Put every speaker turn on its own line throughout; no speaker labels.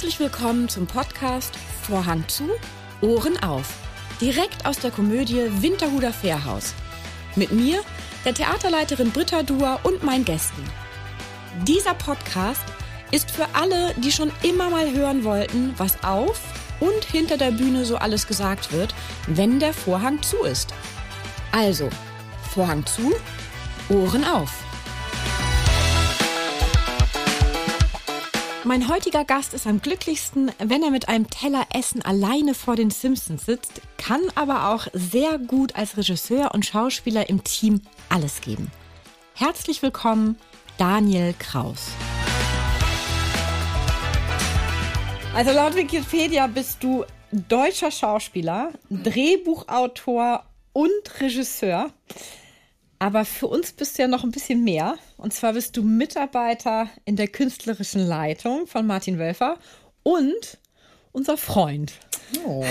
Herzlich willkommen zum Podcast Vorhang zu, Ohren auf. Direkt aus der Komödie Winterhuder Fährhaus. Mit mir, der Theaterleiterin Britta Duhr und meinen Gästen. Dieser Podcast ist für alle, die schon immer mal hören wollten, was auf und hinter der Bühne so alles gesagt wird, wenn der Vorhang zu ist. Also, Vorhang zu, Ohren auf. Mein heutiger Gast ist am glücklichsten, wenn er mit einem Teller Essen alleine vor den Simpsons sitzt, kann aber auch sehr gut als Regisseur und Schauspieler im Team alles geben. Herzlich willkommen, Daniel Kraus. Also laut Wikipedia bist du deutscher Schauspieler, Drehbuchautor und Regisseur. Aber für uns bist du ja noch ein bisschen mehr. Und zwar bist du Mitarbeiter in der künstlerischen Leitung von Martin Wölfer und unser Freund. Oh.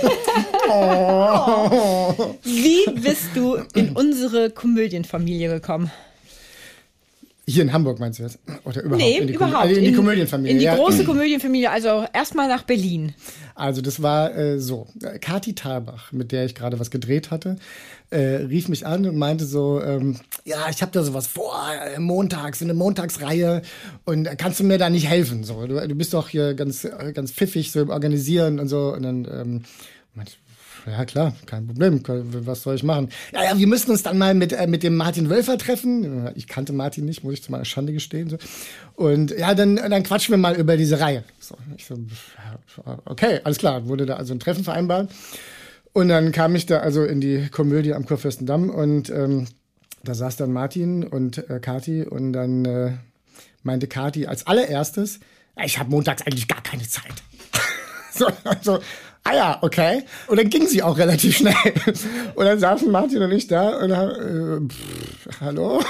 Oh. Wie bist du in unsere Komödienfamilie gekommen?
Hier in Hamburg meinst du jetzt? Oder überhaupt?
Nee,
in die Komödienfamilie.
In die große Komödienfamilie, also erstmal nach Berlin.
Also das war so, Kathi Thalbach, mit der ich gerade was gedreht hatte, rief mich an und meinte so, ja, ich habe da sowas vor, montags, eine Montagsreihe und kannst du mir da nicht helfen? So, du bist doch hier ganz pfiffig so im Organisieren und so. Und dann meinte ich, ja klar, kein Problem, was soll ich machen? Ja, wir müssen uns dann mal mit dem Martin Wölfer treffen. Ich kannte Martin nicht, muss ich zu meiner Schande gestehen. So. Und ja, dann quatschen wir mal über diese Reihe. So, ich so, okay, alles klar, wurde da also ein Treffen vereinbart. Und dann kam ich da also in die Komödie am Kurfürstendamm und da saß dann Martin und Kathi und dann meinte Kathi als allererstes, ich habe montags eigentlich gar keine Zeit. So, also, ah ja, okay. Und dann ging sie auch relativ schnell. Und dann saßen Martin und ich da und haben, hallo?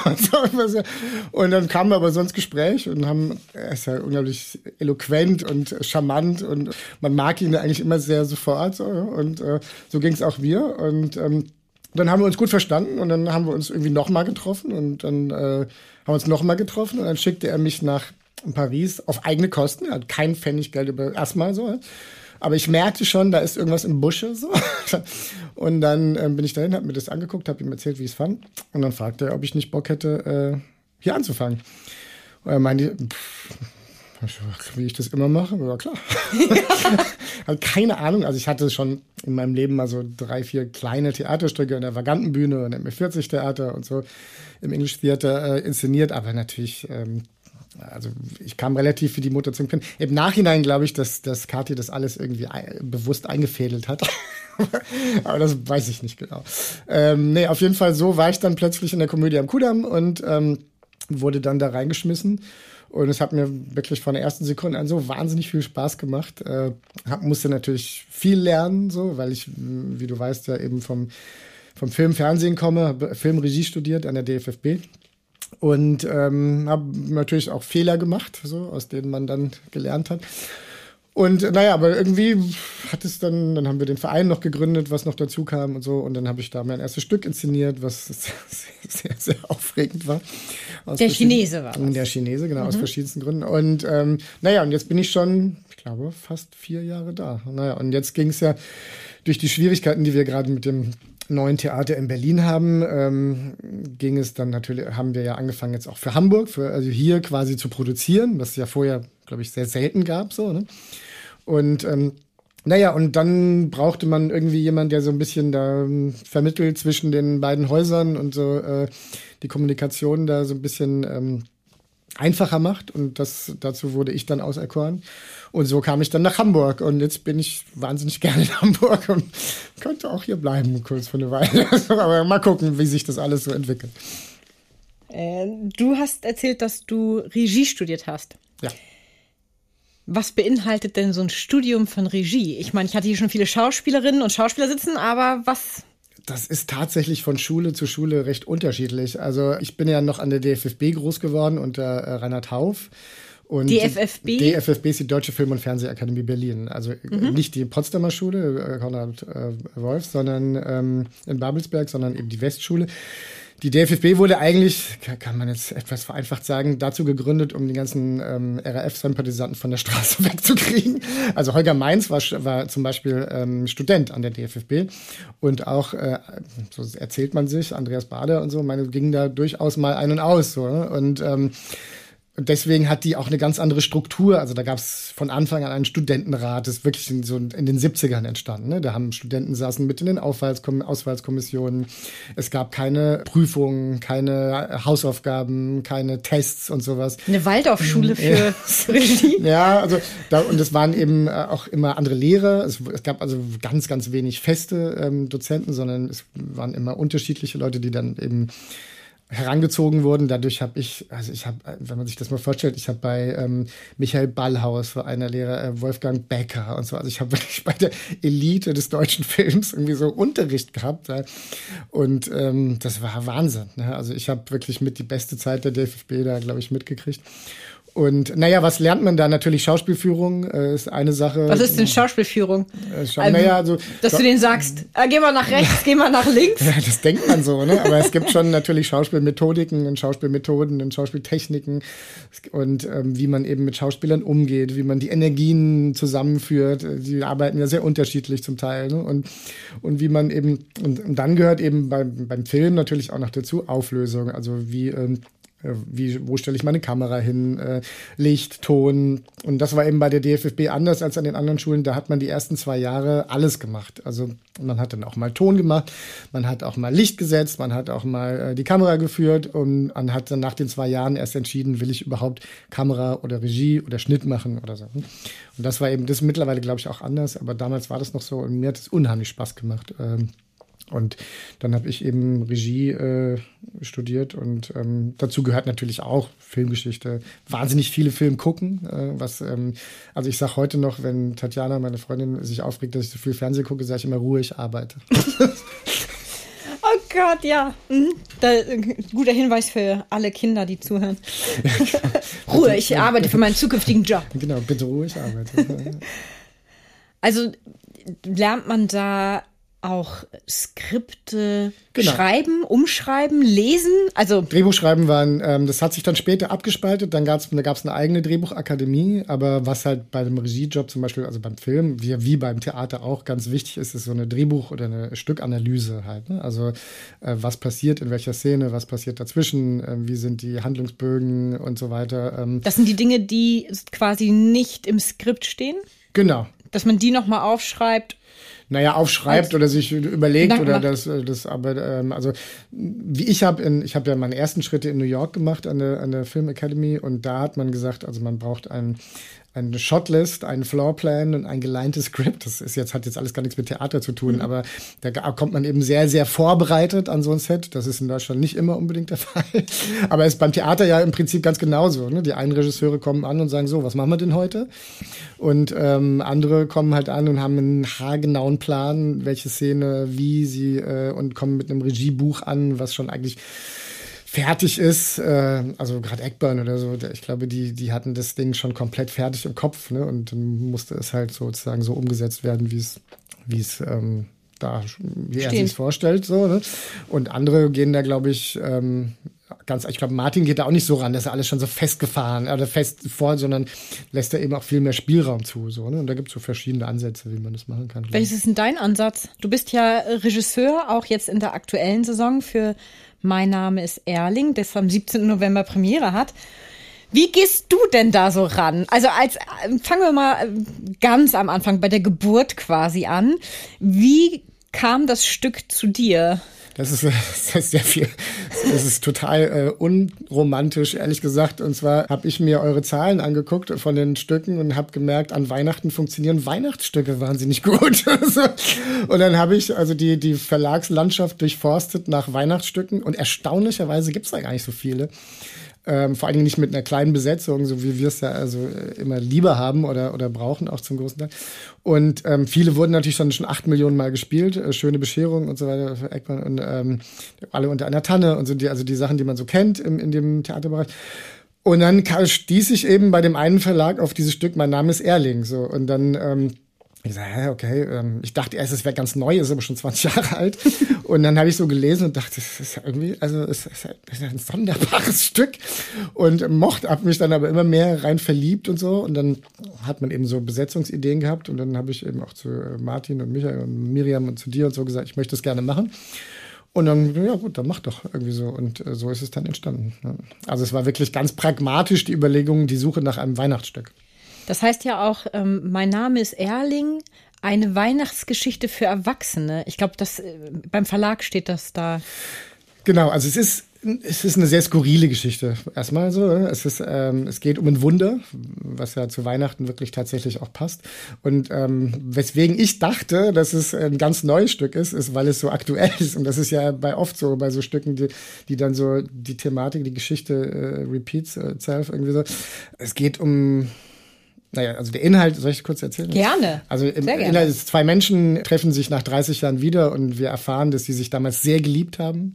Und dann kamen wir aber so ins Gespräch und er ist ja unglaublich eloquent und charmant und man mag ihn eigentlich immer sehr sofort. So, und so ging es auch mir. Und dann haben wir uns gut verstanden und dann haben wir uns irgendwie nochmal getroffen und dann haben wir uns nochmal getroffen und dann schickte er mich nach Paris auf eigene Kosten. Er hat kein Pfennig Geld erstmal so. Aber ich merkte schon, da ist irgendwas im Busche so. Und dann bin ich dahin, habe mir das angeguckt, habe ihm erzählt, wie ich es fand. Und dann fragte er, ob ich nicht Bock hätte, hier anzufangen. Und er meinte, wie ich das immer mache, ja klar. Halt keine Ahnung. Also ich hatte schon in meinem Leben mal so 3, 4 kleine Theaterstücke in der Vagantenbühne und im M40-Theater und so im English Theater inszeniert. Aber natürlich also ich kam relativ wie die Mutter zum Kind. Im Nachhinein glaube ich, dass Kathi das alles irgendwie bewusst eingefädelt hat. Aber das weiß ich nicht genau. Nee, auf jeden Fall so war ich dann plötzlich in der Komödie am Kudamm und wurde dann da reingeschmissen. Und es hat mir wirklich von der ersten Sekunde an so wahnsinnig viel Spaß gemacht. Musste natürlich viel lernen, so, weil ich, wie du weißt, ja eben vom Film, Fernsehen komme, habe Filmregie studiert an der DFFB. Und habe natürlich auch Fehler gemacht, so, aus denen man dann gelernt hat. Und naja, aber irgendwie hat es dann haben wir den Verein noch gegründet, was noch dazu kam und so. Und dann habe ich da mein erstes Stück inszeniert, was sehr, sehr, sehr aufregend war.
Der Chinese war das.
Der Chinese, genau, aus verschiedensten Gründen. Und naja, und jetzt bin ich schon, ich glaube, fast 4 Jahre da. Naja, und jetzt ging es ja durch die Schwierigkeiten, die wir gerade mit dem neuen Theater in Berlin haben, ging es dann natürlich, haben wir ja angefangen jetzt auch für Hamburg, also hier quasi zu produzieren, was es ja vorher, glaube ich, sehr selten gab, so, ne? Und naja, und dann brauchte man irgendwie jemanden, der so ein bisschen da vermittelt zwischen den beiden Häusern und so die Kommunikation da so ein bisschen einfacher macht. Und dazu wurde ich dann auserkoren. Und so kam ich dann nach Hamburg. Und jetzt bin ich wahnsinnig gerne in Hamburg und könnte auch hier bleiben, kurz für eine Weile. Aber mal gucken, wie sich das alles so entwickelt.
Du hast erzählt, dass du Regie studiert hast.
Ja.
Was beinhaltet denn so ein Studium von Regie? Ich meine, ich hatte hier schon viele Schauspielerinnen und Schauspieler sitzen, aber was?
Das ist tatsächlich von Schule zu Schule recht unterschiedlich. Also ich bin ja noch an der DFFB groß geworden unter Reinhard Hauf. Und
DFFB?
DFFB ist die Deutsche Film- und Fernsehakademie Berlin. Also nicht die Potsdamer Schule, Konrad Wolf, sondern in Babelsberg, sondern eben die Westschule. Die DFFB wurde eigentlich, kann man jetzt etwas vereinfacht sagen, dazu gegründet, um die ganzen RAF-Sympathisanten von der Straße wegzukriegen. Also Holger Meins war zum Beispiel Student an der DFFB und auch, so erzählt man sich, Andreas Baader und so, gingen da durchaus mal ein und aus. So, ne? Und deswegen hat die auch eine ganz andere Struktur. Also da gab es von Anfang an einen Studentenrat, das ist wirklich in den 70ern entstanden. Ne? Da haben Studenten saßen mit in den Auswahlkommissionen. Es gab keine Prüfungen, keine Hausaufgaben, keine Tests und sowas.
Eine Waldorfschule für Regie.
Ja, also und es waren eben auch immer andere Lehrer. Es gab also ganz, ganz wenig feste Dozenten, sondern es waren immer unterschiedliche Leute, die dann eben herangezogen wurden. Dadurch habe wenn man sich das mal vorstellt, ich habe bei Michael Ballhaus, war einer Lehrer, Wolfgang Becker und so. Also ich habe wirklich bei der Elite des deutschen Films irgendwie so Unterricht gehabt. Ja. Und das war Wahnsinn. Ne? Also ich habe wirklich mit die beste Zeit der DFFB da, glaube ich, mitgekriegt. Und naja, was lernt man da? Natürlich Schauspielführung ist eine Sache.
Was ist denn Schauspielführung?
Dass
du denen sagst, geh mal nach rechts, geh mal nach links.
Ja, das denkt man so, ne? Aber es gibt schon natürlich Schauspielmethodiken und Schauspielmethoden und Schauspieltechniken und wie man eben mit Schauspielern umgeht, wie man die Energien zusammenführt. Die arbeiten ja sehr unterschiedlich zum Teil, ne? Und wie man eben, und dann gehört eben beim Film natürlich auch noch dazu Auflösung, also wo stelle ich meine Kamera hin, Licht, Ton. Und das war eben bei der DFFB anders als an den anderen Schulen. Da hat man die ersten 2 Jahre alles gemacht. Also man hat dann auch mal Ton gemacht, man hat auch mal Licht gesetzt, man hat auch mal die Kamera geführt und man hat dann nach den 2 Jahren erst entschieden, will ich überhaupt Kamera oder Regie oder Schnitt machen oder so. Und das war eben, das ist mittlerweile, glaube ich, auch anders. Aber damals war das noch so und mir hat es unheimlich Spaß gemacht. Und dann habe ich eben Regie studiert und dazu gehört natürlich auch Filmgeschichte. Wahnsinnig viele Filme gucken. Also ich sage heute noch, wenn Tatjana, meine Freundin, sich aufregt, dass ich so viel Fernsehen gucke, sage ich immer, Ruhe, ich arbeite.
Oh Gott, ja. Guter Hinweis für alle Kinder, die zuhören. Ruhe, ich arbeite für meinen zukünftigen Job.
Genau, bitte Ruhe, ich arbeite.
Also lernt man da auch Skripte schreiben, umschreiben, lesen? Also
Drehbuchschreiben das hat sich dann später abgespaltet, da gab's eine eigene Drehbuchakademie, aber was halt bei dem Regiejob zum Beispiel, also beim Film, wie beim Theater auch ganz wichtig ist so eine Drehbuch- oder eine Stückanalyse halt. Ne? Also was passiert in welcher Szene, was passiert dazwischen, wie sind die Handlungsbögen und so weiter.
Das sind die Dinge, die quasi nicht im Skript stehen?
Genau.
Dass man die nochmal aufschreibt?
Naja, aufschreibt oder sich überlegt oder das aber also wie ich habe ja meine ersten Schritte in New York gemacht an der Film Academy und da hat man gesagt, also man braucht eine Shotlist, einen Floorplan und ein geleintes Skript. Hat jetzt alles gar nichts mit Theater zu tun, aber da kommt man eben sehr, sehr vorbereitet an so ein Set. Das ist in Deutschland nicht immer unbedingt der Fall. Aber ist beim Theater ja im Prinzip ganz genauso. Ne? Die einen Regisseure kommen an und sagen so, was machen wir denn heute? Und andere kommen halt an und haben einen haargenauen Plan, welche Szene, wie sie und kommen mit einem Regiebuch an, was schon eigentlich fertig ist, also gerade Eckburn oder so, ich glaube, die hatten das Ding schon komplett fertig im Kopf, ne? Und dann musste es halt sozusagen so umgesetzt werden, wie er sich es vorstellt, so, ne? Und andere gehen da, glaube ich, ich glaube, Martin geht da auch nicht so ran, dass er alles schon so festgefahren oder fest vor, sondern lässt da eben auch viel mehr Spielraum zu, so, ne? Und da gibt es so verschiedene Ansätze, wie man das machen kann.
Welches ist denn dein Ansatz? Du bist ja Regisseur, auch jetzt in der aktuellen Saison für Mein Name ist Erling, das am 17. November Premiere hat. Wie gehst du denn da so ran? Also fangen wir mal ganz am Anfang bei der Geburt quasi an. Wie kam das Stück zu dir?
Das ist sehr viel. Das ist total unromantisch, ehrlich gesagt. Und zwar habe ich mir eure Zahlen angeguckt von den Stücken und habe gemerkt, an Weihnachten funktionieren Weihnachtsstücke wahnsinnig gut. Und dann habe ich also die Verlagslandschaft durchforstet nach Weihnachtsstücken und erstaunlicherweise gibt es da gar nicht so viele. Vor allen Dingen nicht mit einer kleinen Besetzung, so wie wir es ja also immer lieber haben oder brauchen, auch zum großen Teil. Und viele wurden natürlich schon 8 Millionen Mal gespielt, Schöne Bescherung und so weiter für Eckmann und Alle unter einer Tanne und so, die Sachen, die man so kennt in dem Theaterbereich. Und dann stieß ich eben bei dem einen Verlag auf dieses Stück Mein Name ist Erling. So. Und dann Ich sage, okay, ich dachte erst, es wäre ganz neu, ist aber schon 20 Jahre alt. Und dann habe ich so gelesen und dachte, das ist ja irgendwie, also es ist ein sonderbares Stück. Und habe mich dann aber immer mehr rein verliebt und so. Und dann hat man eben so Besetzungsideen gehabt. Und dann habe ich eben auch zu Martin und Michael und Miriam und zu dir und so gesagt, ich möchte das gerne machen. Und dann, ja gut, dann mach doch irgendwie so. Und so ist es dann entstanden. Also es war wirklich ganz pragmatisch die Überlegung, die Suche nach einem Weihnachtsstück.
Das heißt ja auch, mein Name ist Erling, eine Weihnachtsgeschichte für Erwachsene. Ich glaube, beim Verlag steht das da.
Genau, also es ist eine sehr skurrile Geschichte. Erstmal so, es geht um ein Wunder, was ja zu Weihnachten wirklich tatsächlich auch passt. Und weswegen ich dachte, dass es ein ganz neues Stück ist, weil es so aktuell ist. Und das ist ja oft so bei so Stücken, die dann so die Thematik, die Geschichte repeats itself irgendwie so. Es geht um Naja, also der Inhalt, soll ich kurz erzählen?
Gerne.
Also im Inhalt ist, 2 Menschen treffen sich nach 30 Jahren wieder und wir erfahren, dass sie sich damals sehr geliebt haben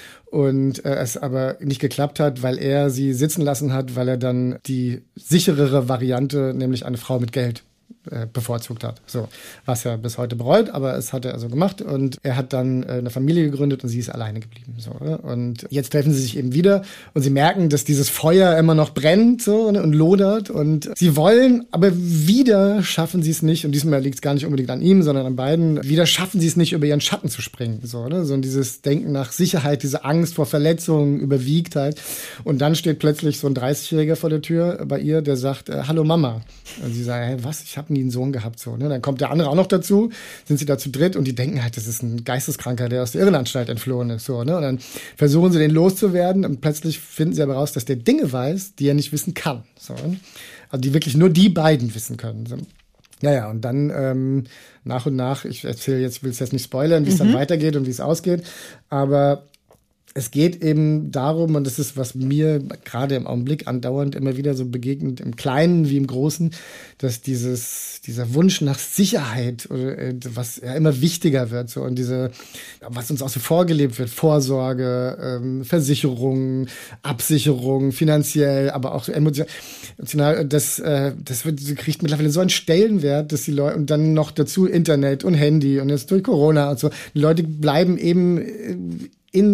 und es aber nicht geklappt hat, weil er sie sitzen lassen hat, weil er dann die sicherere Variante, nämlich eine Frau mit Geld, bevorzugt hat. So, was er bis heute bereut, aber es hat er also gemacht und er hat dann eine Familie gegründet und sie ist alleine geblieben. So, und jetzt treffen sie sich eben wieder und sie merken, dass dieses Feuer immer noch brennt so, und lodert und sie wollen, aber wieder schaffen sie es nicht und diesmal liegt es gar nicht unbedingt an ihm, sondern an beiden. Wieder schaffen sie es nicht, über ihren Schatten zu springen. So, ne? So dieses Denken nach Sicherheit, diese Angst vor Verletzungen überwiegt halt und dann steht plötzlich so ein 30-Jähriger vor der Tür bei ihr, der sagt, hallo Mama. Und sie sagt, hey, was? Ich habe nie einen Sohn gehabt. So, ne? Dann kommt der andere auch noch dazu, sind sie da zu dritt und die denken halt, das ist ein Geisteskranker, der aus der Irrenanstalt entflohen ist. So, ne? Und dann versuchen sie den loszuwerden und plötzlich finden sie aber raus, dass der Dinge weiß, die er nicht wissen kann. So, ne? Also die wirklich nur die beiden wissen können. So. Naja, und dann nach und nach, ich will es jetzt nicht spoilern, wie es dann weitergeht und wie es ausgeht, aber es geht eben darum, und das ist, was mir gerade im Augenblick andauernd immer wieder so begegnet, im Kleinen wie im Großen, dass dieser Wunsch nach Sicherheit, was ja immer wichtiger wird, so, und was uns auch so vorgelebt wird, Vorsorge, Versicherung, Absicherung, finanziell, aber auch so emotional, das kriegt mittlerweile so einen Stellenwert, dass die Leute, und dann noch dazu Internet und Handy und jetzt durch Corona und so, die Leute bleiben eben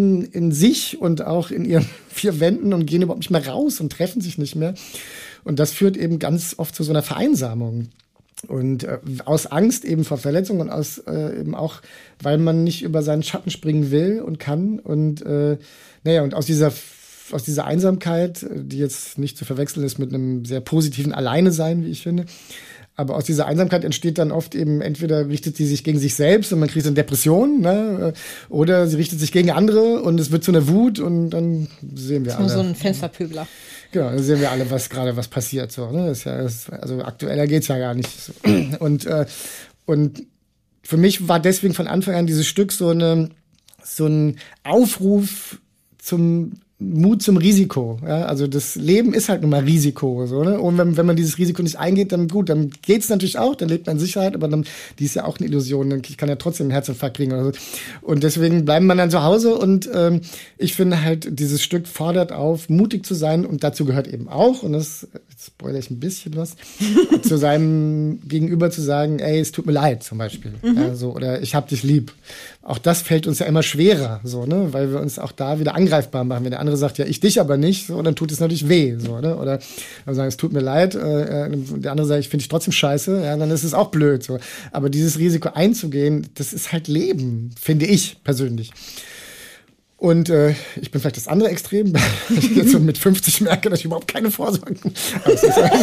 in sich und auch in ihren 4 Wänden und gehen überhaupt nicht mehr raus und treffen sich nicht mehr. Und das führt eben ganz oft zu so einer Vereinsamung. Und aus Angst eben vor Verletzungen und aus eben auch, weil man nicht über seinen Schatten springen will und kann. Und und aus dieser Einsamkeit, die jetzt nicht zu verwechseln ist mit einem sehr positiven Alleine-Sein, wie ich finde, aber aus dieser Einsamkeit entsteht dann oft eben, entweder richtet sie sich gegen sich selbst und man kriegt eine Depression, ne? Oder sie richtet sich gegen andere und es wird zu einer Wut und dann sehen wir alle.
Nur so ein Fensterpöbler.
Genau, dann sehen wir alle, was passiert. So, ne? Also aktueller geht's ja gar nicht. So. Und für mich war deswegen von Anfang an dieses Stück so ein Aufruf zum Mut zum Risiko. Ja? Also das Leben ist halt nun mal Risiko. So, ne? Und wenn man dieses Risiko nicht eingeht, dann gut, dann geht's natürlich auch, dann lebt man in Sicherheit, aber dann, die ist ja auch eine Illusion. Ich kann ja trotzdem einen Herzinfarkt kriegen oder so. Und deswegen bleiben wir dann zu Hause und ich finde halt, dieses Stück fordert auf, mutig zu sein und dazu gehört eben auch, und das, jetzt spoilere ich ein bisschen was, zu seinem Gegenüber zu sagen, ey, es tut mir leid zum Beispiel. Ja, so, oder ich hab dich lieb. Auch das fällt uns ja immer schwerer, so, ne, weil wir uns auch da wieder angreifbar machen. Wenn der andere sagt, ja, ich dich aber nicht, so, dann tut es natürlich weh, so, ne, oder wir sagen, es tut mir leid, der andere sagt, ich finde dich trotzdem scheiße, ja, dann ist es auch blöd, so. Aber dieses Risiko einzugehen, das ist halt Leben, finde ich persönlich. Und ich bin vielleicht das andere Extrem, weil ich jetzt so mit 50 merke, dass ich überhaupt keine Vorsorge habe. Das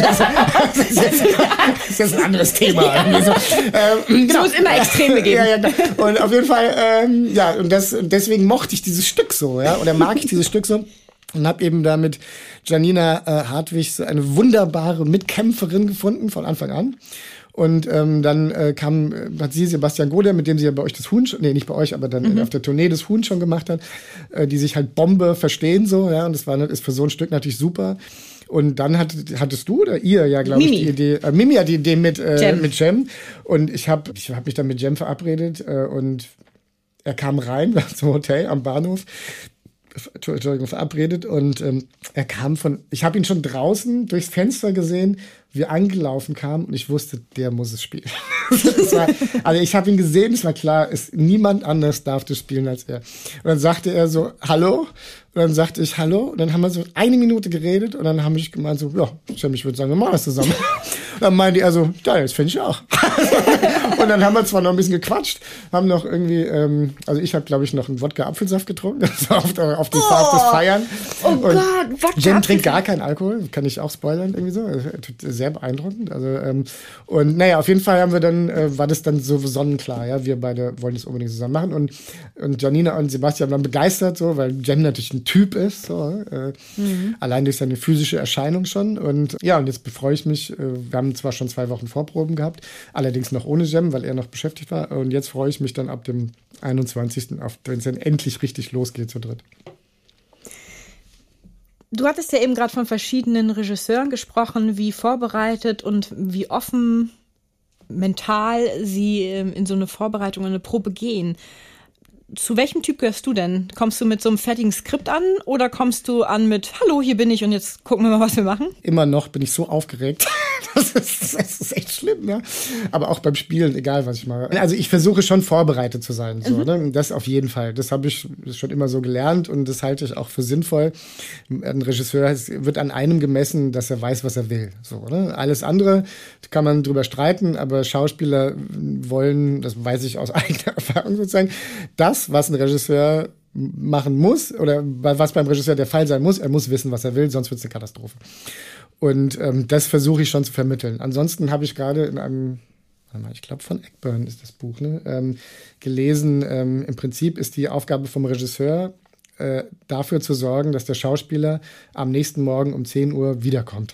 ist jetzt ein anderes Thema. Ja. So,
genau. Es muss immer Extreme geben.
Ja. Und auf jeden Fall, und deswegen mochte ich dieses Stück so, ja, oder mag ich dieses Stück so. Und habe eben da mit Janina Hartwig so eine wunderbare Mitkämpferin gefunden von Anfang an. Und dann hat sie Sebastian Goder, mit dem sie ja bei euch das Huhn, nicht bei euch, aber dann auf der Tournee das Huhn schon gemacht hat, die sich halt Bombe verstehen so, ja, und das ist für so ein Stück natürlich super. Und dann hattest du oder ihr ja, glaube ich, die Idee, Mimi hat die Idee mit Cem. Und ich hab mich dann mit Cem verabredet und er kam rein zum Hotel am Bahnhof. verabredet und er kam ich habe ihn schon draußen durchs Fenster gesehen, wie er angelaufen kam und ich wusste, der muss es spielen. Also ich habe ihn gesehen, es war klar, niemand anders darf das spielen als er. Und dann sagte er so, hallo? Und dann sagte ich, hallo? Und dann haben wir so 1 Minute geredet und dann habe ich gemeint so, ja, ich würde sagen, wir machen das zusammen. Und dann meinte er so, ja, das finde ich auch. Und dann haben wir zwar noch ein bisschen gequatscht, haben noch irgendwie, also ich habe, glaube ich, noch einen Wodka-Apfelsaft getrunken, das war auf die Fahrt des Feiern.
Oh
und
Gott, Wodka.
Jem trinkt gar keinen Alkohol, kann ich auch spoilern irgendwie so, sehr beeindruckend. Also und naja, auf jeden Fall haben wir dann, war das dann so sonnenklar, ja, wir beide wollen das unbedingt zusammen machen und Janina und Sebastian waren begeistert so, weil Jem natürlich ein Typ ist, so, allein durch seine physische Erscheinung schon und ja, und jetzt freue ich mich, wir haben zwar schon 2 Wochen Vorproben gehabt, allerdings noch ohne Jem, weil er noch beschäftigt war und jetzt freue ich mich dann ab dem 21. wenn es dann endlich richtig losgeht zu dritt.
Du hattest ja eben gerade von verschiedenen Regisseuren gesprochen, wie vorbereitet und wie offen mental sie in so eine Vorbereitung, in eine Probe gehen. Zu welchem Typ gehörst du denn? Kommst du mit so einem fertigen Skript an oder kommst du an mit Hallo, hier bin ich und jetzt gucken wir mal, was wir machen?
Immer noch bin ich so aufgeregt. Das ist echt schlimm, ja. Aber auch beim Spielen, egal was ich mache. Also ich versuche schon vorbereitet zu sein. So, ne? Das auf jeden Fall. Das habe ich schon immer so gelernt und das halte ich auch für sinnvoll. Ein Regisseur wird an einem gemessen, dass er weiß, was er will. So, ne? Alles andere kann man drüber streiten, aber Schauspieler wollen, das weiß ich aus eigener Erfahrung sozusagen, das, was ein Regisseur machen muss oder was beim Regisseur der Fall sein muss, er muss wissen, was er will, sonst wird es eine Katastrophe. Und das versuche ich schon zu vermitteln. Ansonsten habe ich gerade in einem, ich glaube von Eckburn ist das Buch, ne, gelesen, im Prinzip ist die Aufgabe vom Regisseur, dafür zu sorgen, dass der Schauspieler am nächsten Morgen um 10 Uhr wiederkommt.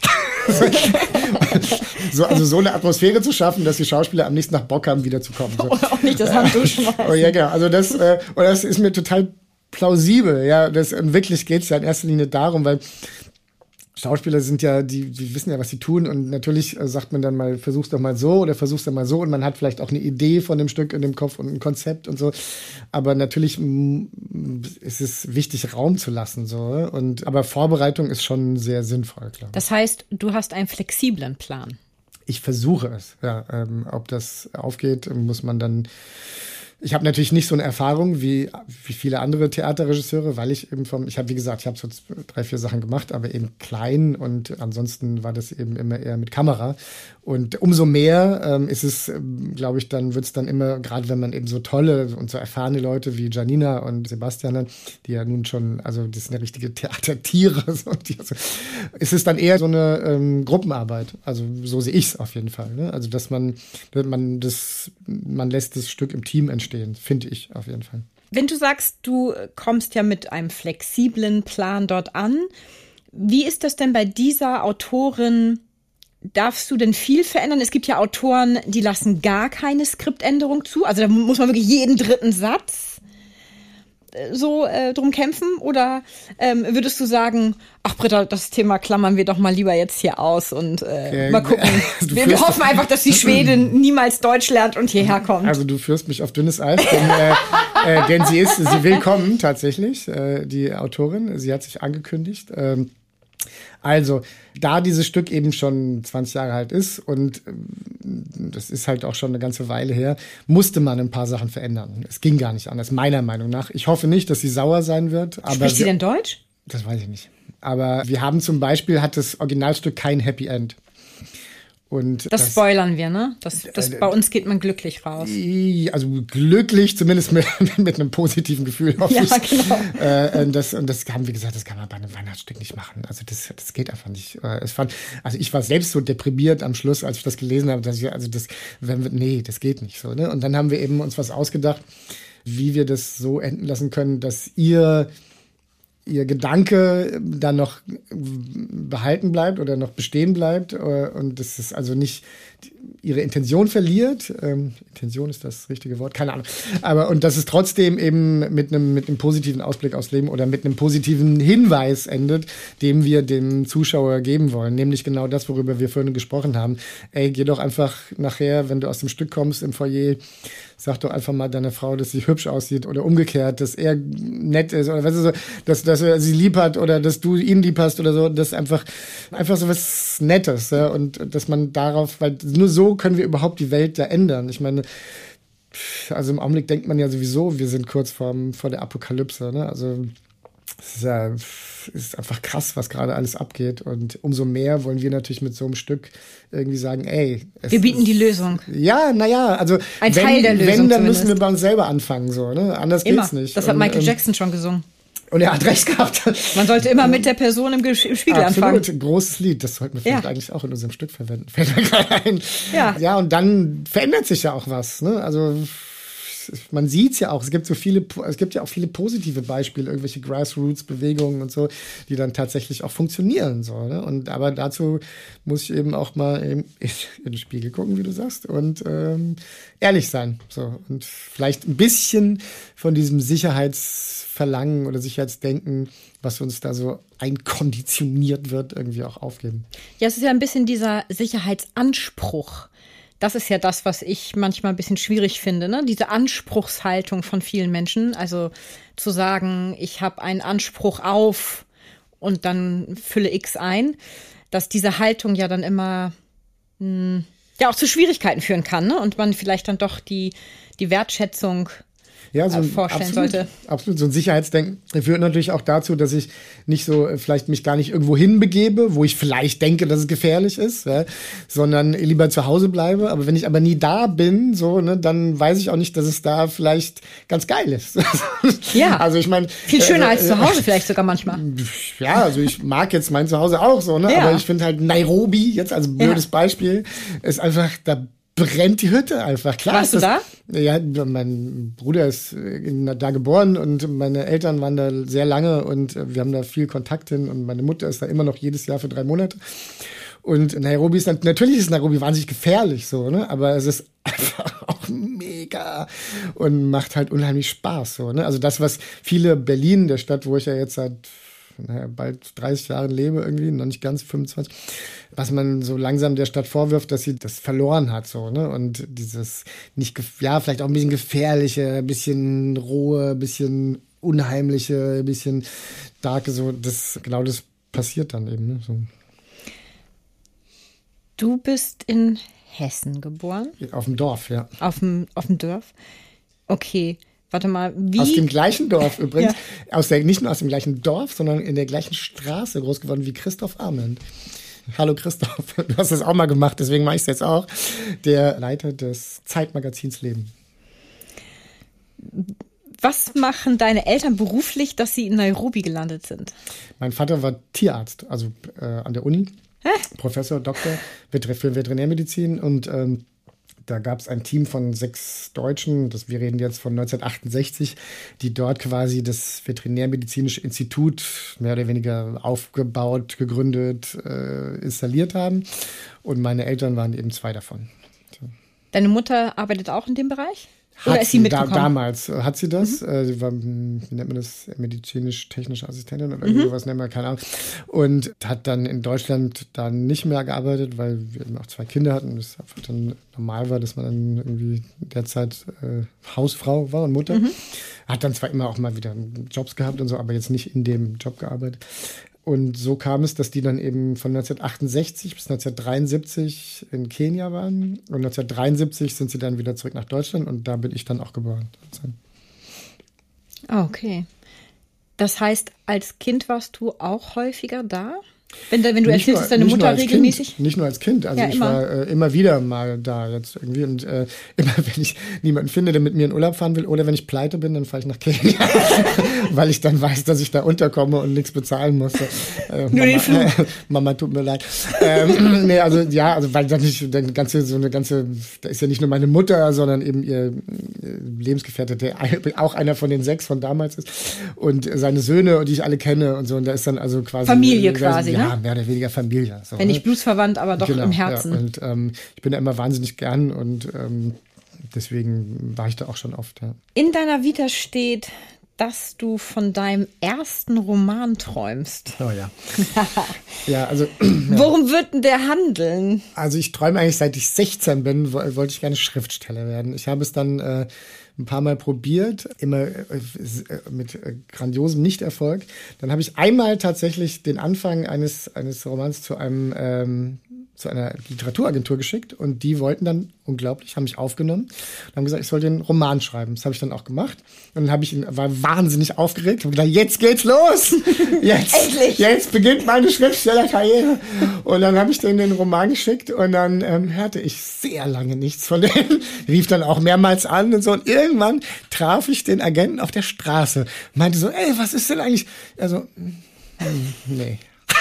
So eine Atmosphäre zu schaffen, dass die Schauspieler am nächsten Tag Bock haben, wiederzukommen. So.
Oder auch nicht das Handtuch schmeißen.
Oh ja, genau. Also das ist mir total plausibel. Ja, wirklich geht es ja in erster Linie darum, weil Schauspieler sind ja, die wissen ja, was sie tun und natürlich sagt man dann mal, versuch's doch mal so oder versuch's doch mal so und man hat vielleicht auch eine Idee von dem Stück in dem Kopf und ein Konzept und so, aber natürlich ist es wichtig, Raum zu lassen, so, aber Vorbereitung ist schon sehr sinnvoll, klar.
Das heißt, du hast einen flexiblen Plan.
Ich versuche es, ja, ob das aufgeht, muss man dann. Ich habe natürlich nicht so eine Erfahrung wie viele andere Theaterregisseure, weil ich eben ich habe so 3, 4 Sachen gemacht, aber eben klein und ansonsten war das eben immer eher mit Kamera. Und umso mehr ist es, glaube ich, dann wird es dann immer, gerade wenn man eben so tolle und so erfahrene Leute wie Janina und Sebastian hat, die ja nun schon, also das sind ja richtige Theatertiere, ist es dann eher so eine Gruppenarbeit. Also so sehe ich es auf jeden Fall. Ne? Also dass man lässt das Stück im Team entstehen, finde ich auf jeden Fall.
Wenn du sagst, du kommst ja mit einem flexiblen Plan dort an, wie ist das denn bei dieser Autorin? Darfst du denn viel verändern? Es gibt ja Autoren, die lassen gar keine Skriptänderung zu. Also da muss man wirklich jeden 3. Satz so drum kämpfen. Oder würdest du sagen, ach Britta, das Thema klammern wir doch mal lieber jetzt hier aus und mal gucken. Wir hoffen einfach, dass die Schwedin niemals Deutsch lernt und hierher kommt.
Also du führst mich auf dünnes Eis, denn sie will kommen tatsächlich, die Autorin. Sie hat sich angekündigt. Also, da dieses Stück eben schon 20 Jahre alt ist und das ist halt auch schon eine ganze Weile her, musste man ein paar Sachen verändern. Es ging gar nicht anders, meiner Meinung nach. Ich hoffe nicht, dass sie sauer sein wird. Aber
spricht sie denn Deutsch?
Das weiß ich nicht. Aber wir haben zum Beispiel, hat das Originalstück kein Happy End. Und
das spoilern wir, ne? Das bei uns geht man glücklich raus.
Also glücklich, zumindest mit einem positiven Gefühl, hoffe ich.
Ja, genau.
Und das haben wir gesagt, das kann man bei einem Weihnachtsstück nicht machen. Also das geht einfach nicht. Also ich war selbst so deprimiert am Schluss, als ich das gelesen habe, das geht nicht so. Ne? Und dann haben wir eben uns was ausgedacht, wie wir das so enden lassen können, dass ihr Gedanke dann noch behalten bleibt oder noch bestehen bleibt und das ist also nicht ihre Intention verliert. Intention ist das richtige Wort, keine Ahnung. Und dass es trotzdem eben mit einem positiven Ausblick aufs Leben oder mit einem positiven Hinweis endet, dem wir dem Zuschauer geben wollen. Nämlich genau das, worüber wir vorhin gesprochen haben. Ey, geh doch einfach nachher, wenn du aus dem Stück kommst im Foyer, sag doch einfach mal deiner Frau, dass sie hübsch aussieht oder umgekehrt, dass er nett ist oder weißt du so, dass er sie lieb hat oder dass du ihn lieb hast oder so. Das ist einfach so was Nettes. Ja? Und dass man darauf, weil nur so können wir überhaupt die Welt da ändern. Ich meine, also im Augenblick denkt man ja sowieso, wir sind kurz vor der Apokalypse. Ne? Also es ist einfach krass, was gerade alles abgeht. Und umso mehr wollen wir natürlich mit so einem Stück irgendwie sagen, ey.
Wir bieten die Lösung.
Ja, naja, also
ein Teil der Lösung
wenn, dann
zumindest.
müssen wir bei uns selber anfangen. So, ne? Anders
immer.
Geht's nicht.
Das hat Michael Jackson schon gesungen.
Und er hat recht gehabt.
Man sollte immer mit der Person im Spiegel anfangen.
Absolut, großes Lied. Das sollten wir vielleicht eigentlich auch in unserem Stück verwenden. Fällt mir gerade ein. Ja, und dann verändert sich ja auch was. Ne? Also man sieht's ja auch. Es gibt ja auch viele positive Beispiele, irgendwelche Grassroots-Bewegungen und so, die dann tatsächlich auch funktionieren. So, ne? Aber dazu muss ich eben auch mal in den Spiegel gucken, wie du sagst, und ehrlich sein. So. Und vielleicht ein bisschen von diesem Sicherheitsverlangen oder Sicherheitsdenken, was uns da so einkonditioniert wird, irgendwie auch aufgeben.
Ja, es ist ja ein bisschen dieser Sicherheitsanspruch. Das ist ja das, was ich manchmal ein bisschen schwierig finde, ne? Diese Anspruchshaltung von vielen Menschen. Also zu sagen, ich habe einen Anspruch auf und dann fülle X ein, dass diese Haltung ja dann immer ja auch zu Schwierigkeiten führen kann, ne? Und man vielleicht dann doch die Wertschätzung vorstellen sollte.
Absolut, so ein Sicherheitsdenken führt natürlich auch dazu, dass ich nicht so, vielleicht mich gar nicht irgendwo hinbegebe, wo ich vielleicht denke, dass es gefährlich ist, ja, sondern lieber zu Hause bleibe. Aber wenn ich aber nie da bin, so, ne, dann weiß ich auch nicht, dass es da vielleicht ganz geil ist.
Ja,
also ich meine,
viel schöner als zu Hause vielleicht sogar manchmal.
Ja, also ich mag jetzt mein Zuhause auch so, ne,
ja.
Aber ich finde halt Nairobi, jetzt als blödes Beispiel, ist einfach, da brennt die Hütte einfach. Klar.
Warst du da?
Ja, mein Bruder ist da geboren und meine Eltern waren da sehr lange und wir haben da viel Kontakt hin und meine Mutter ist da immer noch jedes Jahr für 3 Monate. Und Nairobi natürlich ist Nairobi wahnsinnig gefährlich so, ne? Aber es ist einfach auch mega und macht halt unheimlich Spaß so, ne? Also das, was viele Berlin, der Stadt, wo ich ja jetzt seit bald 30 Jahren lebe irgendwie, noch nicht ganz 25, was man so langsam der Stadt vorwirft, dass sie das verloren hat, so, ne? Und dieses vielleicht auch ein bisschen gefährliche, ein bisschen rohe, ein bisschen unheimliche, ein bisschen darke, so, das passiert dann eben, ne? So.
Du bist in Hessen geboren?
Auf dem Dorf, ja.
Auf dem Dorf? Okay. Warte mal, wie?
Aus dem gleichen Dorf übrigens. Ja. Nicht nur aus dem gleichen Dorf, sondern in der gleichen Straße groß geworden wie Christoph Arment. Hallo Christoph, du hast das auch mal gemacht, deswegen mache ich es jetzt auch. Der Leiter des Zeitmagazins Leben.
Was machen deine Eltern beruflich, dass sie in Nairobi gelandet sind?
Mein Vater war Tierarzt, also an der Uni. Professor, Doktor für Veterinärmedizin und da gab es ein Team von 6 Deutschen, wir reden jetzt von 1968, die dort quasi das Veterinärmedizinische Institut mehr oder weniger aufgebaut, gegründet, installiert haben. Und meine Eltern waren eben 2 davon. So.
Deine Mutter arbeitet auch in dem Bereich? Oder ist sie mitgekommen?
Damals hat sie das. Sie war, wie nennt man das, medizinisch-technische Assistentin oder sowas, nennt man, keine Ahnung. Und hat dann in Deutschland dann nicht mehr gearbeitet, weil wir eben auch 2 Kinder hatten und es einfach dann normal war, dass man dann irgendwie derzeit Hausfrau war und Mutter. Hat dann zwar immer auch mal wieder Jobs gehabt und so, aber jetzt nicht in dem Job gearbeitet. Und so kam es, dass die dann eben von 1968 bis 1973 in Kenia waren. Und 1973 sind sie dann wieder zurück nach Deutschland und da bin ich dann auch geboren.
Okay. Das heißt, als Kind warst du auch häufiger da? Wenn du erzählst, dass deine Mutter regelmäßig...
Nicht nur als Kind, also ich war immer wieder mal da jetzt irgendwie und immer wenn ich niemanden finde, der mit mir in Urlaub fahren will oder wenn ich pleite bin, dann fahre ich nach Kenia, weil ich dann weiß, dass ich da unterkomme und nichts bezahlen muss. Mama, tut mir leid. Weil dann nicht da ist ja nicht nur meine Mutter, sondern eben ihr Lebensgefährte, der auch einer von den 6 von damals ist und seine Söhne, die ich alle kenne und so und da ist dann also quasi
Familie quasi,
ja, mehr oder weniger Familie. So,
wenn nicht blutsverwandt, aber doch im Herzen.
Ja. Und ich bin da immer wahnsinnig gern und deswegen war ich da auch schon oft. Ja.
In deiner Vita steht, dass du von deinem ersten Roman träumst.
Oh ja. Ja, also.
Worum wird denn der handeln?
Also ich träume eigentlich, seit ich 16 bin, wollte ich gerne Schriftsteller werden. Ich habe es dann ein paar Mal probiert, immer mit grandiosem Nichterfolg. Dann habe ich einmal tatsächlich den Anfang eines Romans zu einer Literaturagentur geschickt und die wollten dann, unglaublich, haben mich aufgenommen und haben gesagt, ich soll den Roman schreiben. Das habe ich dann auch gemacht und dann war wahnsinnig aufgeregt und gedacht, jetzt geht's los! Jetzt beginnt meine Schriftstellerkarriere. Und dann habe ich denen den Roman geschickt und dann hörte ich sehr lange nichts von denen, rief dann auch mehrmals an und so und irgendwann traf ich den Agenten auf der Straße, meinte so, ey, was ist denn eigentlich? Also, nee.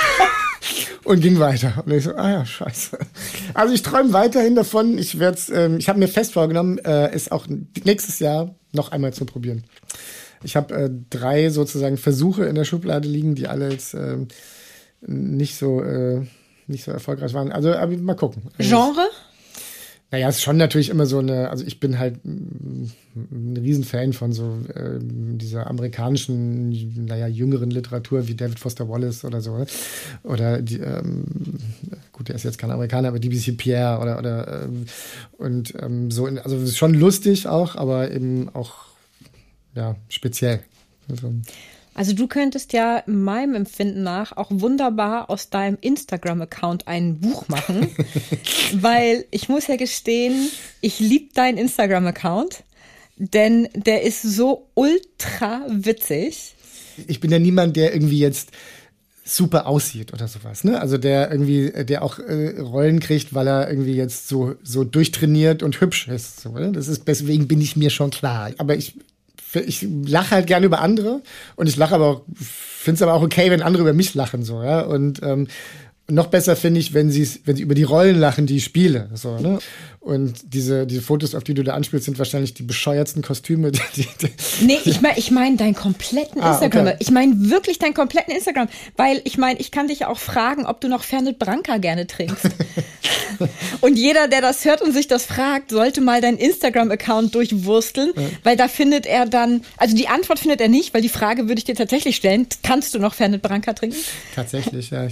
Und ging weiter. Und ich so, ja, scheiße. Also ich träume weiterhin davon. Ich habe mir fest vorgenommen, es auch nächstes Jahr noch einmal zu probieren. Ich habe 3 sozusagen Versuche in der Schublade liegen, die alle jetzt nicht so erfolgreich waren. Also aber mal gucken.
Genre?
Naja, es ist schon natürlich immer so also ich bin halt ein Riesenfan von so dieser amerikanischen, jüngeren Literatur wie David Foster Wallace oder so. Oder die, gut, der ist jetzt kein Amerikaner, aber D.B.C. Pierre also es ist schon lustig auch, aber eben auch, speziell.
Also du könntest ja meinem Empfinden nach auch wunderbar aus deinem Instagram-Account ein Buch machen, weil ich muss ja gestehen, ich liebe deinen Instagram-Account, denn der ist so ultra witzig.
Ich bin ja niemand, der irgendwie jetzt super aussieht oder sowas, ne? Also der auch Rollen kriegt, weil er irgendwie jetzt so durchtrainiert und hübsch ist. So, ne? Deswegen bin ich mir schon klar. Aber ich lache halt gerne über andere und ich lache aber auch, finde es aber auch okay, wenn andere über mich lachen, so, ja. Und noch besser finde ich, wenn sie über die Rollen lachen, die ich spiele, so, ne? Und diese Fotos, auf die du da anspielst, sind wahrscheinlich die bescheuertsten Kostüme.
Nee, ich meine deinen kompletten Instagram.
Okay.
Ich meine wirklich deinen kompletten Instagram. Weil ich meine, ich kann dich auch fragen, ob du noch Fernet Branca gerne trinkst. Und jeder, der das hört und sich das fragt, sollte mal deinen Instagram-Account durchwursteln, weil da findet er dann, also die Antwort findet er nicht, weil die Frage würde ich dir tatsächlich stellen, kannst du noch Fernet Branca trinken?
Tatsächlich, ja.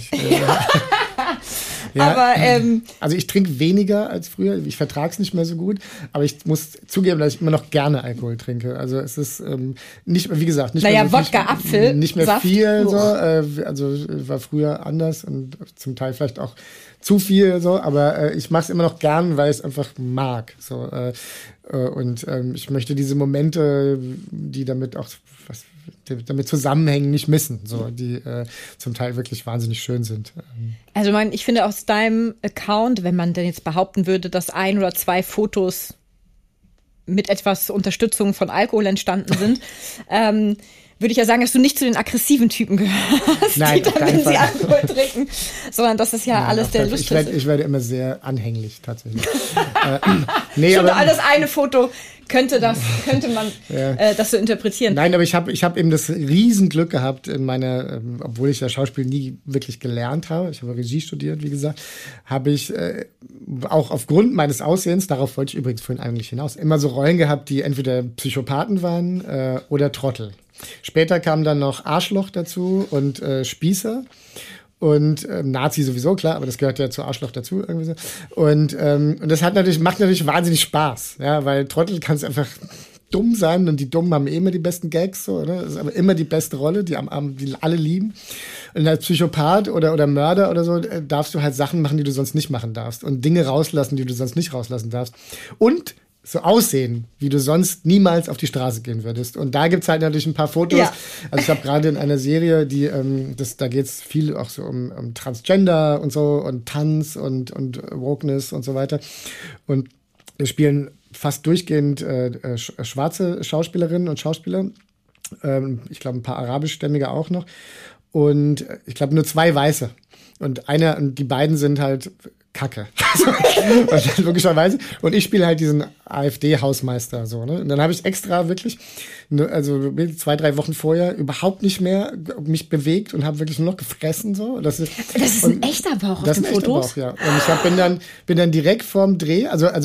Aber
also ich trinke weniger als früher, ich vertrage es nicht mehr so gut, aber ich muss zugeben, dass ich immer noch gerne Alkohol trinke. Also es ist nicht, wie gesagt, nicht mehr
Wodka, Apfel,
nicht mehr
Saft.
viel so, also war früher anders und zum Teil vielleicht auch zu viel so, aber ich mache es immer noch gern, weil ich es einfach mag. So und ich möchte diese Momente, die damit zusammenhängen, nicht missen, so die zum Teil wirklich wahnsinnig schön sind.
Also ich finde aus deinem Account, wenn man denn jetzt behaupten würde, dass 1 oder 2 Fotos mit etwas Unterstützung von Alkohol entstanden sind, würde ich ja sagen, dass du nicht zu den aggressiven Typen gehörst,
Nein,
die dann, wenn sie Alkohol trinken, sondern das ist ja alles der Lustige.
Ich werde immer sehr anhänglich, tatsächlich.
Nee, aber alles eine Foto könnte man das so interpretieren.
Nein, aber ich hab eben das Riesenglück gehabt in meiner, obwohl ich ja Schauspiel nie wirklich gelernt habe, ich habe Regie studiert, wie gesagt, habe ich auch aufgrund meines Aussehens, darauf wollte ich übrigens vorhin eigentlich hinaus, immer so Rollen gehabt, die entweder Psychopathen waren oder Trottel. Später kam dann noch Arschloch dazu und Spießer. Und Nazi sowieso, klar, aber das gehört ja zu Arschloch dazu irgendwie so. Und das macht natürlich wahnsinnig Spaß, ja, weil Trottel kannst einfach dumm sein und die Dummen haben immer die besten Gags, so, oder? Das ist aber immer die beste Rolle, die alle lieben. Und als Psychopath oder Mörder oder so darfst du halt Sachen machen, die du sonst nicht machen darfst und Dinge rauslassen, die du sonst nicht rauslassen darfst. Und so aussehen, wie du sonst niemals auf die Straße gehen würdest. Und da gibt's halt natürlich ein paar Fotos. Ja. Also ich habe gerade in einer Serie, da geht's viel auch so um Transgender und so und Tanz und Wokeness und so weiter. Und wir spielen fast durchgehend schwarze Schauspielerinnen und Schauspieler. Ich glaube, ein paar arabischstämmige auch noch. Und ich glaube, nur 2 Weiße. Und die beiden sind halt Kacke. Logischerweise. Und ich spiele halt diesen AfD-Hausmeister, so, ne? Und dann habe ich extra wirklich, also 2-3 Wochen vorher überhaupt nicht mehr mich bewegt und habe wirklich nur noch gefressen, so. Das ist
ein echter Bauch auf den Fotos?
Bauch, ja. Und ich bin dann direkt vorm Dreh,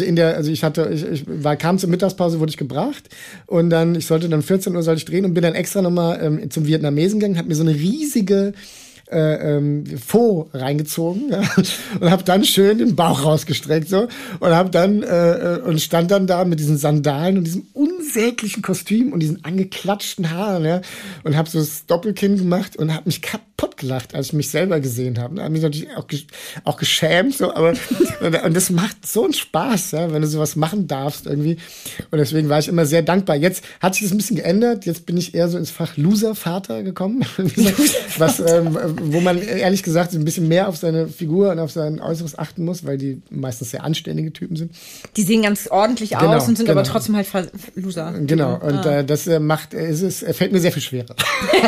kam zur Mittagspause, wurde ich gebracht und dann, 14 Uhr sollte ich drehen und bin dann extra nochmal zum Vietnamesen gegangen, habe mir so eine riesige Faux reingezogen, ja, und habe dann schön den Bauch rausgestreckt so und habe dann und stand dann da mit diesen Sandalen und diesem unsäglichen Kostüm und diesen angeklatschten Haaren, ja, und habe so das Doppelkinn gemacht und habe mich kaputt gelacht, als ich mich selber gesehen habe. Habe mich natürlich auch geschämt, so, aber und das macht so einen Spaß, ja, wenn du sowas machen darfst irgendwie. Und deswegen war ich immer sehr dankbar. Jetzt hat sich das ein bisschen geändert. Jetzt bin ich eher so ins Fach Loser-Vater gekommen, was wo man ehrlich gesagt ein bisschen mehr auf seine Figur und auf sein Äußeres achten muss, weil die meistens sehr anständige Typen sind.
Die sehen ganz ordentlich aus und sind aber trotzdem halt Loser.
Genau, und das fällt mir sehr viel schwerer.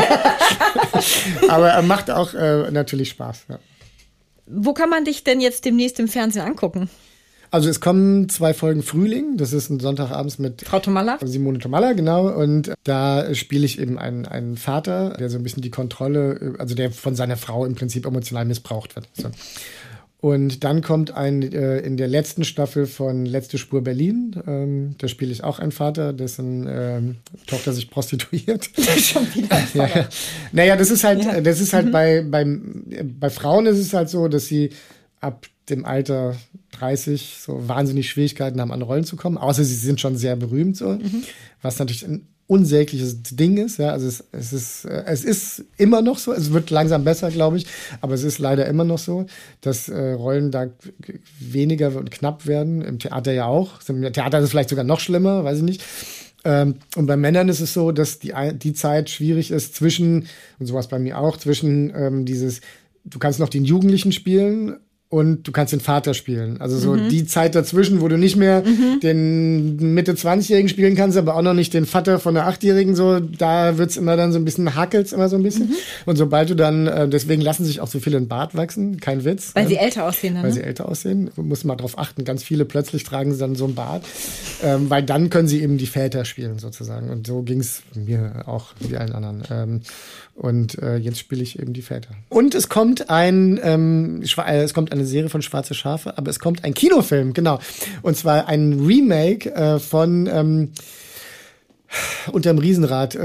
Aber er macht auch natürlich Spaß. Ja.
Wo kann man dich denn jetzt demnächst im Fernsehen angucken?
Also es kommen 2 Folgen Frühling, das ist ein Sonntagabends mit
Frau Tomalla.
Simone Tomalla, genau. Und da spiele ich eben einen Vater, der so ein bisschen die Kontrolle, also der von seiner Frau im Prinzip emotional missbraucht wird. So. Und dann kommt in der letzten Staffel von Letzte Spur Berlin, da spiele ich auch einen Vater, dessen Tochter sich prostituiert.
Schon wieder ein Vater.
Ja. Naja, das ist halt bei Frauen ist es halt so, dass sie ab dem Alter 30 so wahnsinnig Schwierigkeiten haben, an Rollen zu kommen, außer sie sind schon sehr berühmt, so, was natürlich ein unsägliches Ding ist, ja, also es ist immer noch so, es wird langsam besser, glaube ich, aber es ist leider immer noch so, dass Rollen da weniger und knapp werden, im Theater ja auch, im Theater ist es vielleicht sogar noch schlimmer, weiß ich nicht. Und bei Männern ist es so, dass die Zeit schwierig ist zwischen, und sowas bei mir auch, zwischen du kannst noch den Jugendlichen spielen und du kannst den Vater spielen. Also so die Zeit dazwischen, wo du nicht mehr den Mitte-20-Jährigen spielen kannst, aber auch noch nicht den Vater von der 8-Jährigen, so, da wird's immer dann so ein bisschen, hakelt's immer so ein bisschen. Und sobald du dann, deswegen lassen sich auch so viele einen Bart wachsen, kein Witz.
Weil sie älter aussehen dann,
Weil sie älter aussehen. Muss mal drauf achten, ganz viele plötzlich tragen sie dann so einen Bart. Weil dann können sie eben die Väter spielen, sozusagen. Und so ging's mir auch wie allen anderen. Und jetzt spiele ich eben die Väter. Und es kommt eine Serie von Schwarze Schafe, aber es kommt ein Kinofilm, genau. Und zwar ein Remake von Unterm Riesenrad,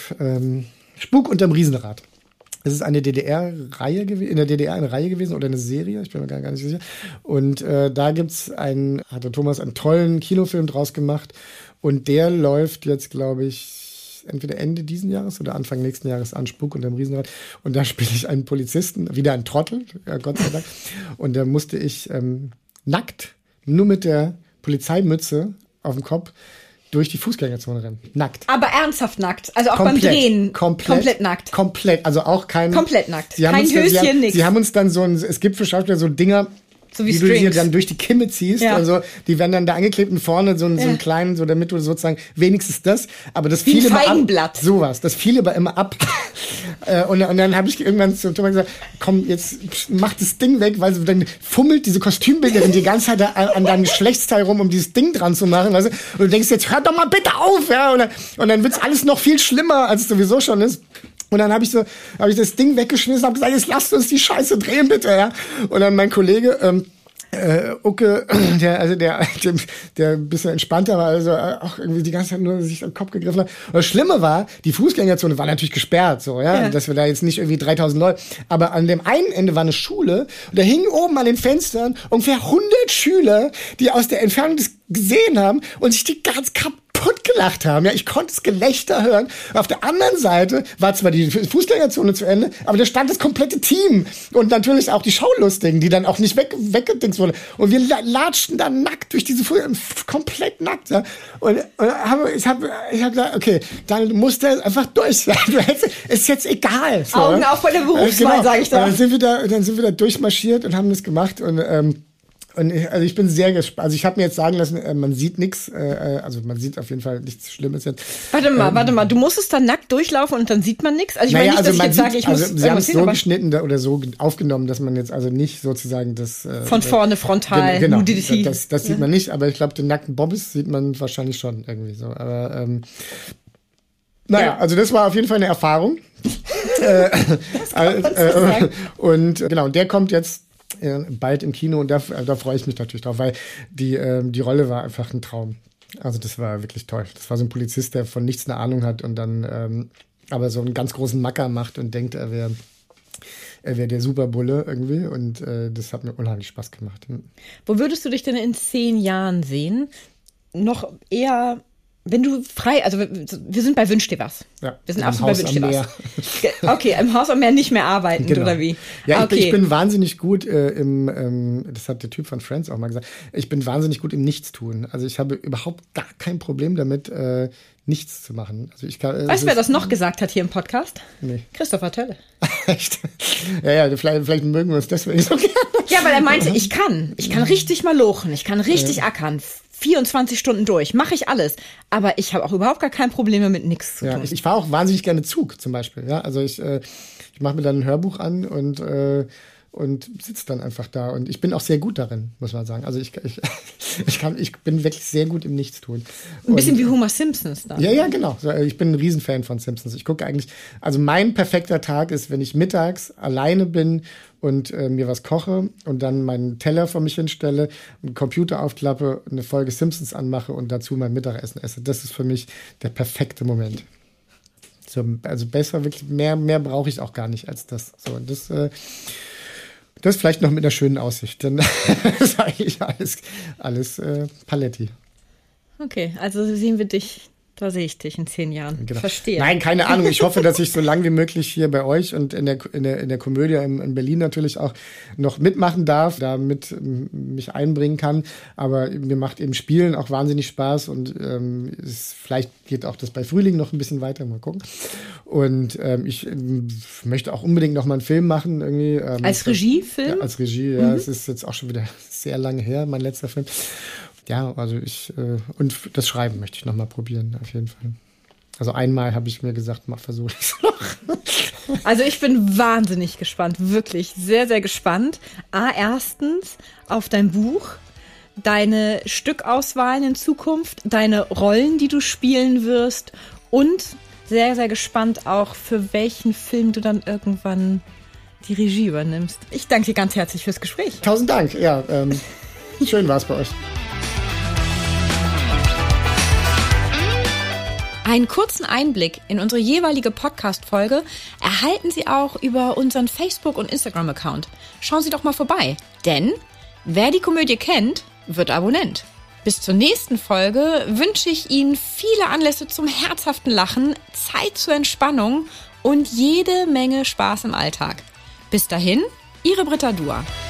Spuk unterm Riesenrad. Es ist eine DDR-Reihe gewesen, in der DDR eine Reihe gewesen oder eine Serie, ich bin mir gar nicht sicher. Und da hat der Thomas einen tollen Kinofilm draus gemacht. Und der läuft jetzt, glaube ich, entweder Ende diesen Jahres oder Anfang nächsten Jahres an, Spuk unterm Riesenrad. Und da spiele ich einen Polizisten, wieder einen Trottel, ja, Gott sei Dank. Und da musste ich nackt, nur mit der Polizeimütze auf dem Kopf, durch die Fußgängerzone rennen. Nackt.
Aber ernsthaft nackt. Also auch beim Drehen. Komplett nackt.
Komplett. Also auch kein...
Komplett nackt. Kein Höschen, nix.
Sie haben uns dann es gibt für Schauspieler so Dinger,
so wie
die
Strings.
du dir dann durch die Kimme ziehst.
Ja.
Also die werden dann da angeklebt und vorne so einen kleinen, so damit du sozusagen wenigstens das, aber das
wie
fiel
ein
immer
Feigenblatt.
ab. Sowas. Das fiel aber immer ab. Und dann habe ich irgendwann zu Thomas gesagt, komm, jetzt mach das Ding weg, weil dann fummelt diese Kostümbildnerin die ganze Zeit an deinem Geschlechtsteil rum, um dieses Ding dran zu machen. Weißt du? Und du denkst jetzt, hör doch mal bitte auf. Ja? Und dann wird's alles noch viel schlimmer, als es sowieso schon ist. Und dann habe ich das Ding weggeschmissen und habe gesagt, jetzt lasst uns die Scheiße drehen, bitte. Ja? Und dann mein Kollege, Ucke, der ein bisschen entspannter war, also auch irgendwie die ganze Zeit nur sich am Kopf gegriffen hat. Und das Schlimme war, die Fußgängerzone war natürlich gesperrt, so, ja, dass wir da jetzt nicht irgendwie 3000 Leute, aber an dem einen Ende war eine Schule und da hingen oben an den Fenstern ungefähr 100 Schüler, die aus der Entfernung das gesehen haben und sich die ganz kaputt gelacht haben. Ja, ich konnte das Gelächter hören. Auf der anderen Seite war zwar die Fußgängerzone zu Ende, aber da stand das komplette Team und natürlich auch die Schaulustigen, die dann auch nicht weggedingst wurden. Und wir latschten dann nackt durch diese komplett nackt. Ja. Und ich hab gesagt, okay, dann muss der einfach durch sein. Ist jetzt egal. So,
Augen auf bei der Berufswahl,
genau.
sage ich da.
Dann sind wir da durchmarschiert und haben das gemacht und also ich bin sehr gespannt. Also ich habe mir jetzt sagen lassen, man sieht nichts. Also man sieht auf jeden Fall nichts Schlimmes jetzt.
Warte mal. Du musstest da nackt durchlaufen und dann sieht man nichts? Also ich meine nicht, dass ich jetzt sage, ich muss
sie haben es so geschnitten oder so aufgenommen, dass man jetzt also nicht sozusagen das...
von vorne frontal,
genau,
Nudity.
Das sieht man nicht, aber ich glaube, den nackten Bobbys sieht man wahrscheinlich schon irgendwie so. Aber naja, also das war auf jeden Fall eine Erfahrung. Und genau, der kommt jetzt bald im Kino und da freue ich mich natürlich drauf, weil die Rolle war einfach ein Traum. Also das war wirklich toll. Das war so ein Polizist, der von nichts eine Ahnung hat und dann aber so einen ganz großen Macker macht und denkt, er er wäre der Superbulle irgendwie und das hat mir unheimlich Spaß gemacht.
Wo würdest du dich denn in 10 Jahren sehen? Noch eher, wenn du frei, also wir sind bei Wünsch dir was.
Ja,
wir sind absolut bei Wünsch dir was. Okay, im Haus am Meer nicht mehr arbeiten, genau. Oder wie?
Ja,
okay.
Ich bin wahnsinnig gut das hat der Typ von Friends auch mal gesagt, ich bin wahnsinnig gut im Nichtstun. Also ich habe überhaupt gar kein Problem damit, nichts zu machen. Also
weißt du, wer das noch gesagt hat hier im Podcast?
Nee.
Christopher Tölle.
Echt? Ja, vielleicht mögen wir uns deswegen so gerne.
Ja, weil er meinte, ich kann richtig malochen, ich kann richtig ackern, 24 Stunden durch, mache ich alles. Aber ich habe auch überhaupt gar kein Problem mit nichts zu tun.
Ich fahre auch wahnsinnig gerne Zug zum Beispiel. Ja? Also ich mache mir dann ein Hörbuch an und sitze dann einfach da. Und ich bin auch sehr gut darin, muss man sagen. Also ich bin wirklich sehr gut im Nichtstun.
Ein bisschen wie Homer Simpsons dann.
Ja, genau. Ich bin ein Riesenfan von Simpsons. Ich gucke eigentlich, also mein perfekter Tag ist, wenn ich mittags alleine bin und mir was koche und dann meinen Teller vor mich hinstelle, einen Computer aufklappe, eine Folge Simpsons anmache und dazu mein Mittagessen esse. Das ist für mich der perfekte Moment. So, also besser, wirklich, mehr brauche ich auch gar nicht als das. So, und das vielleicht noch mit einer schönen Aussicht. Dann ist eigentlich alles Paletti.
Okay, also da sehe ich dich in 10 Jahren.
Genau.
Verstehe.
Nein, keine Ahnung. Ich hoffe, dass ich so lange wie möglich hier bei euch und in der Komödie in Berlin natürlich auch noch mitmachen darf, da mich einbringen kann. Aber mir macht eben Spielen auch wahnsinnig Spaß und vielleicht geht auch das bei Frühling noch ein bisschen weiter. Mal gucken. Und ich möchte auch unbedingt noch mal einen Film machen. Irgendwie,
als Regiefilm?
Ja, als Regie, ja. Es ist jetzt auch schon wieder sehr lange her, mein letzter Film. Ja, also und das Schreiben möchte ich noch mal probieren, auf jeden Fall. Also einmal habe ich mir gesagt, versuche ich es noch.
Also ich bin wahnsinnig gespannt, wirklich sehr, sehr gespannt. Erstens auf dein Buch, deine Stückauswahlen in Zukunft, deine Rollen, die du spielen wirst und sehr, sehr gespannt auch, für welchen Film du dann irgendwann die Regie übernimmst. Ich danke dir ganz herzlich fürs Gespräch.
1000 Dank, ja. Schön war es bei euch.
Einen kurzen Einblick in unsere jeweilige Podcast-Folge erhalten Sie auch über unseren Facebook- und Instagram-Account. Schauen Sie doch mal vorbei, denn wer die Komödie kennt, wird Abonnent. Bis zur nächsten Folge wünsche ich Ihnen viele Anlässe zum herzhaften Lachen, Zeit zur Entspannung und jede Menge Spaß im Alltag. Bis dahin, Ihre Britta Dua.